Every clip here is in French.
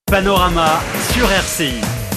Panorama sur RCI.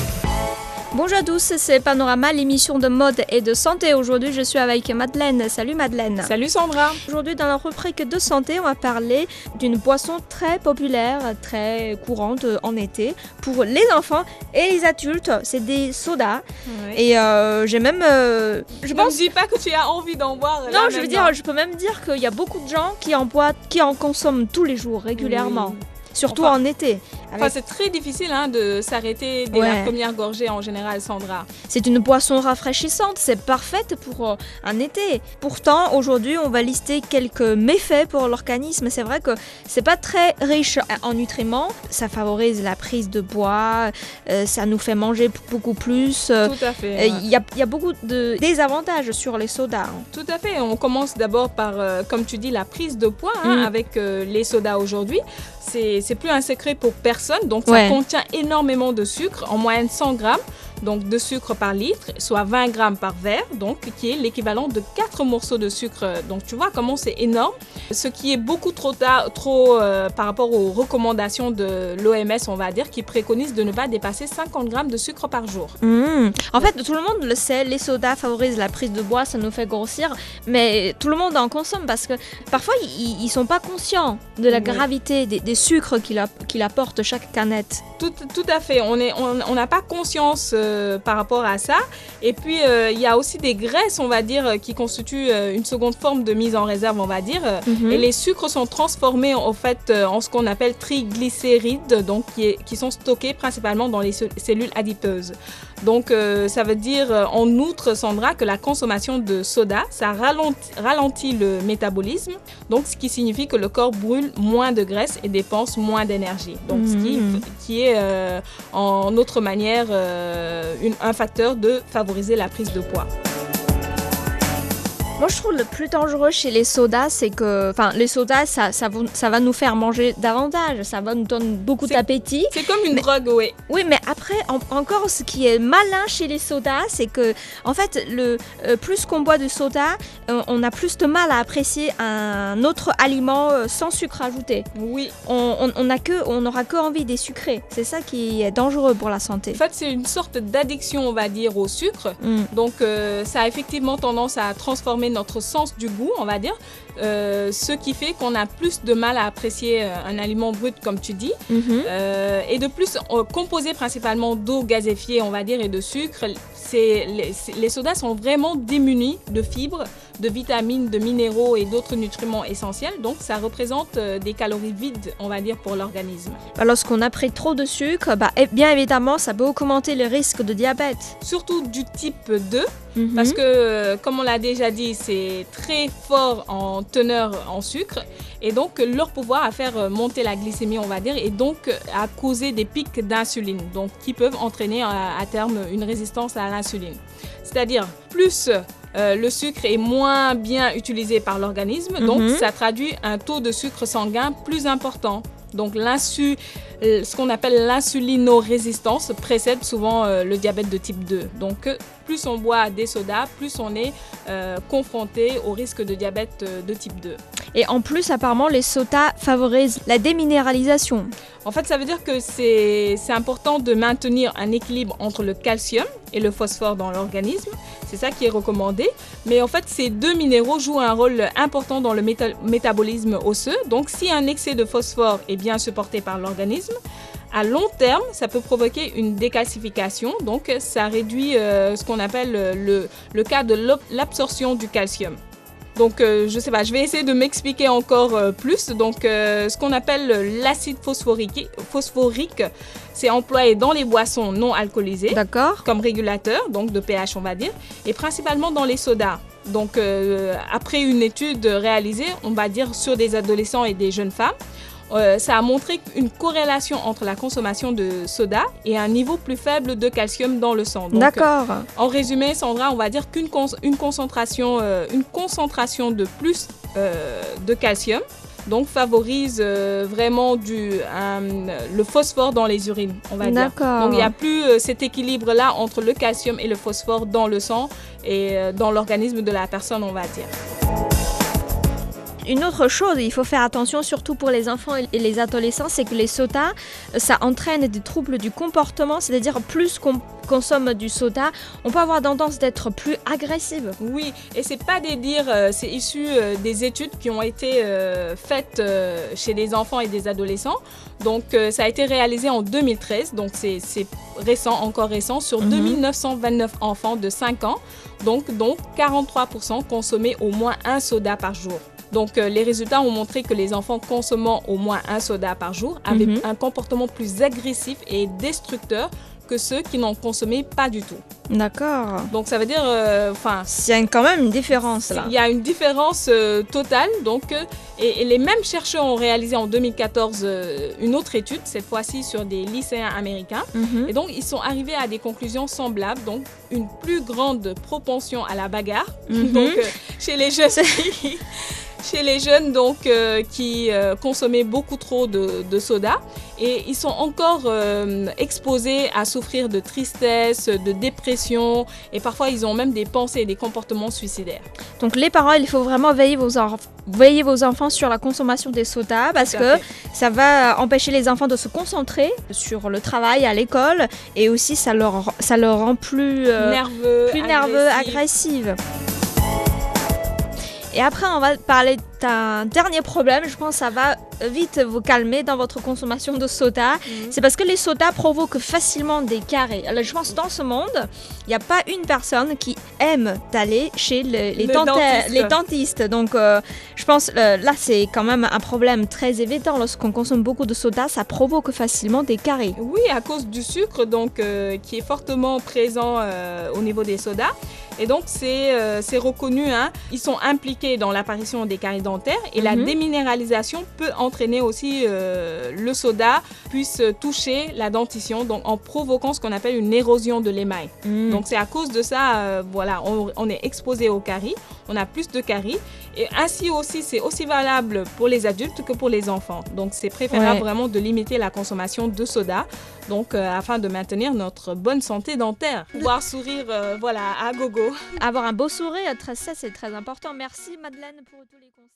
Bonjour à tous, c'est Panorama, l'émission de mode et de santé. Aujourd'hui, je suis avec Madeleine. Salut Madeleine. Salut Sandra. Aujourd'hui, dans la rubrique de santé, on va parler d'une boisson très populaire, très courante en été pour les enfants et les adultes. C'est des sodas. Oui. Et j'ai même... je pense... Ne me dis pas que tu as envie d'en boire. Non, je peux même dire qu'il y a beaucoup de gens qui en boivent, qui en consomment tous les jours, régulièrement. Oui. Surtout en été. C'est très difficile de s'arrêter dès la première gorgée en général, Sandra. C'est une boisson rafraîchissante, c'est parfaite pour un été. Pourtant, aujourd'hui, on va lister quelques méfaits pour l'organisme. C'est vrai que c'est pas très riche en nutriments. Ça favorise la prise de poids, ça nous fait manger beaucoup plus. Tout à fait. Il y a beaucoup de désavantages sur les sodas. Tout à fait. On commence d'abord par, comme tu dis, la prise de poids avec les sodas aujourd'hui. C'est plus un secret pour personne, donc ça contient énormément de sucre, en moyenne 100 grammes donc de sucre par litre, soit 20 grammes par verre, donc qui est l'équivalent de 4 morceaux de sucre. Donc tu vois comment c'est énorme, ce qui est beaucoup trop par rapport aux recommandations de l'OMS, on va dire, qui préconise de ne pas dépasser 50 grammes de sucre par jour. En fait, tout le monde le sait, les sodas favorisent la prise de poids, ça nous fait grossir, mais tout le monde en consomme parce que parfois ils sont pas conscients de la gravité des sucres qu'il apporte chaque canette. Tout à fait, on n'a pas conscience par rapport à ça. Et puis, il y a aussi des graisses, on va dire, qui constituent une seconde forme de mise en réserve, on va dire. Et les sucres sont transformés, en fait, en ce qu'on appelle triglycérides, donc qui sont stockés principalement dans les cellules adipeuses. Donc, ça veut dire, en outre, Sandra, que la consommation de soda, ça ralentit le métabolisme, donc ce qui signifie que le corps brûle moins de graisse et dépense moins d'énergie. Donc, ce qui est, en autre manière, un facteur de favoriser la prise de poids. Moi, je trouve le plus dangereux chez les sodas, c'est que, les sodas, ça va nous faire manger davantage, ça va nous donner beaucoup d'appétit. C'est comme une drogue, oui. Oui, mais après, encore, ce qui est malin chez les sodas, c'est que, en fait, plus qu'on boit de soda, on a plus de mal à apprécier un autre aliment sans sucre ajouté. Oui. On n'aura que envie des sucrés. C'est ça qui est dangereux pour la santé. En fait, c'est une sorte d'addiction, on va dire, au sucre. Donc, ça a effectivement tendance à transformer notre sens du goût, on va dire, ce qui fait qu'on a plus de mal à apprécier un aliment brut, comme tu dis. Et de plus, composé principalement d'eau gazéfiée, on va dire, et de sucre, les sodas sont vraiment démunis de fibres, de vitamines, de minéraux et d'autres nutriments essentiels. Donc, ça représente des calories vides, on va dire, pour l'organisme. Lorsqu'on a pris trop de sucre, bien évidemment, ça peut augmenter le risque de diabète. Surtout du type 2, parce que, comme on l'a déjà dit, c'est très fort en teneur en sucre. Et donc, leur pouvoir à faire monter la glycémie, on va dire, et donc à causer des pics d'insuline, donc qui peuvent entraîner à terme une résistance à l'insuline. C'est-à-dire, plus le sucre est moins bien utilisé par l'organisme, donc ça traduit un taux de sucre sanguin plus important. Donc, ce qu'on appelle l'insulinorésistance précède souvent le diabète de type 2. Donc, plus on boit des sodas, plus on est confronté au risque de diabète de type 2. Et en plus, apparemment, les sodas favorisent la déminéralisation. En fait, ça veut dire que c'est important de maintenir un équilibre entre le calcium et le phosphore dans l'organisme. C'est ça qui est recommandé. Mais en fait, ces deux minéraux jouent un rôle important dans le métabolisme osseux. Donc, si un excès de phosphore est bien supporté par l'organisme, à long terme, ça peut provoquer une décalcification. Donc, ça réduit ce qu'on appelle le cas de l'absorption du calcium. Donc, je sais pas, je vais essayer de m'expliquer encore plus. Donc, ce qu'on appelle l'acide phosphorique, c'est employé dans les boissons non alcoolisées, comme régulateur, donc de pH, on va dire, et principalement dans les sodas. Donc, après une étude réalisée, on va dire, sur des adolescents et des jeunes femmes, ça a montré une corrélation entre la consommation de soda et un niveau plus faible de calcium dans le sang. Donc, en résumé, Sandra, on va dire qu'une concentration de plus de calcium donc favorise vraiment le phosphore dans les urines, on va dire. Donc il n'y a plus cet équilibre-là entre le calcium et le phosphore dans le sang et dans l'organisme de la personne, on va dire. Une autre chose, il faut faire attention surtout pour les enfants et les adolescents, c'est que les sodas, ça entraîne des troubles du comportement, c'est-à-dire plus qu'on consomme du soda, on peut avoir tendance d'être plus agressive. Oui, et c'est pas des dires, c'est issu des études qui ont été faites chez les enfants et des adolescents. Donc ça a été réalisé en 2013, donc c'est récent, encore récent, sur 2929 enfants de 5 ans, donc 43% consommaient au moins un soda par jour. Donc les résultats ont montré que les enfants consommant au moins un soda par jour avaient un comportement plus agressif et destructeur que ceux qui n'en consommaient pas du tout. D'accord. Donc ça veut dire, il y a quand même une différence là. Il y a une différence totale. Donc, et les mêmes chercheurs ont réalisé en 2014 une autre étude, cette fois-ci sur des lycéens américains. Et donc ils sont arrivés à des conclusions semblables. Donc une plus grande propension à la bagarre. Donc chez les jeunes. Chez les jeunes donc, qui consommaient beaucoup trop de soda, et ils sont encore exposés à souffrir de tristesse, de dépression, et parfois ils ont même des pensées et des comportements suicidaires. Donc les parents, il faut vraiment veiller vos enfants sur la consommation des sodas, parce que ça va empêcher les enfants de se concentrer sur le travail à l'école, et aussi ça leur rend plus nerveux, agressifs. Et après, on va parler d'un dernier problème. Je pense que ça va vite vous calmer dans votre consommation de soda. C'est parce que les sodas provoquent facilement des caries. Alors, je pense que dans ce monde, il n'y a pas une personne qui aime d'aller chez les dentistes. Donc, je pense là, c'est quand même un problème très évident. Lorsqu'on consomme beaucoup de soda, ça provoque facilement des caries. Oui, à cause du sucre donc, qui est fortement présent au niveau des sodas. Et donc, c'est reconnu, hein. Ils sont impliqués dans l'apparition des caries dentaires, et la déminéralisation peut entraîner aussi le soda puisse toucher la dentition, donc en provoquant ce qu'on appelle une érosion de l'émail. Donc, c'est à cause de ça, voilà, on est exposé aux caries, on a plus de caries. Et ainsi aussi, c'est aussi valable pour les adultes que pour les enfants. Donc, c'est préférable vraiment de limiter la consommation de soda, donc afin de maintenir notre bonne santé dentaire. Pouvoir sourire, voilà, à gogo. Avoir un beau sourire, ça c'est très important. Merci Madeleine pour tous les conseils.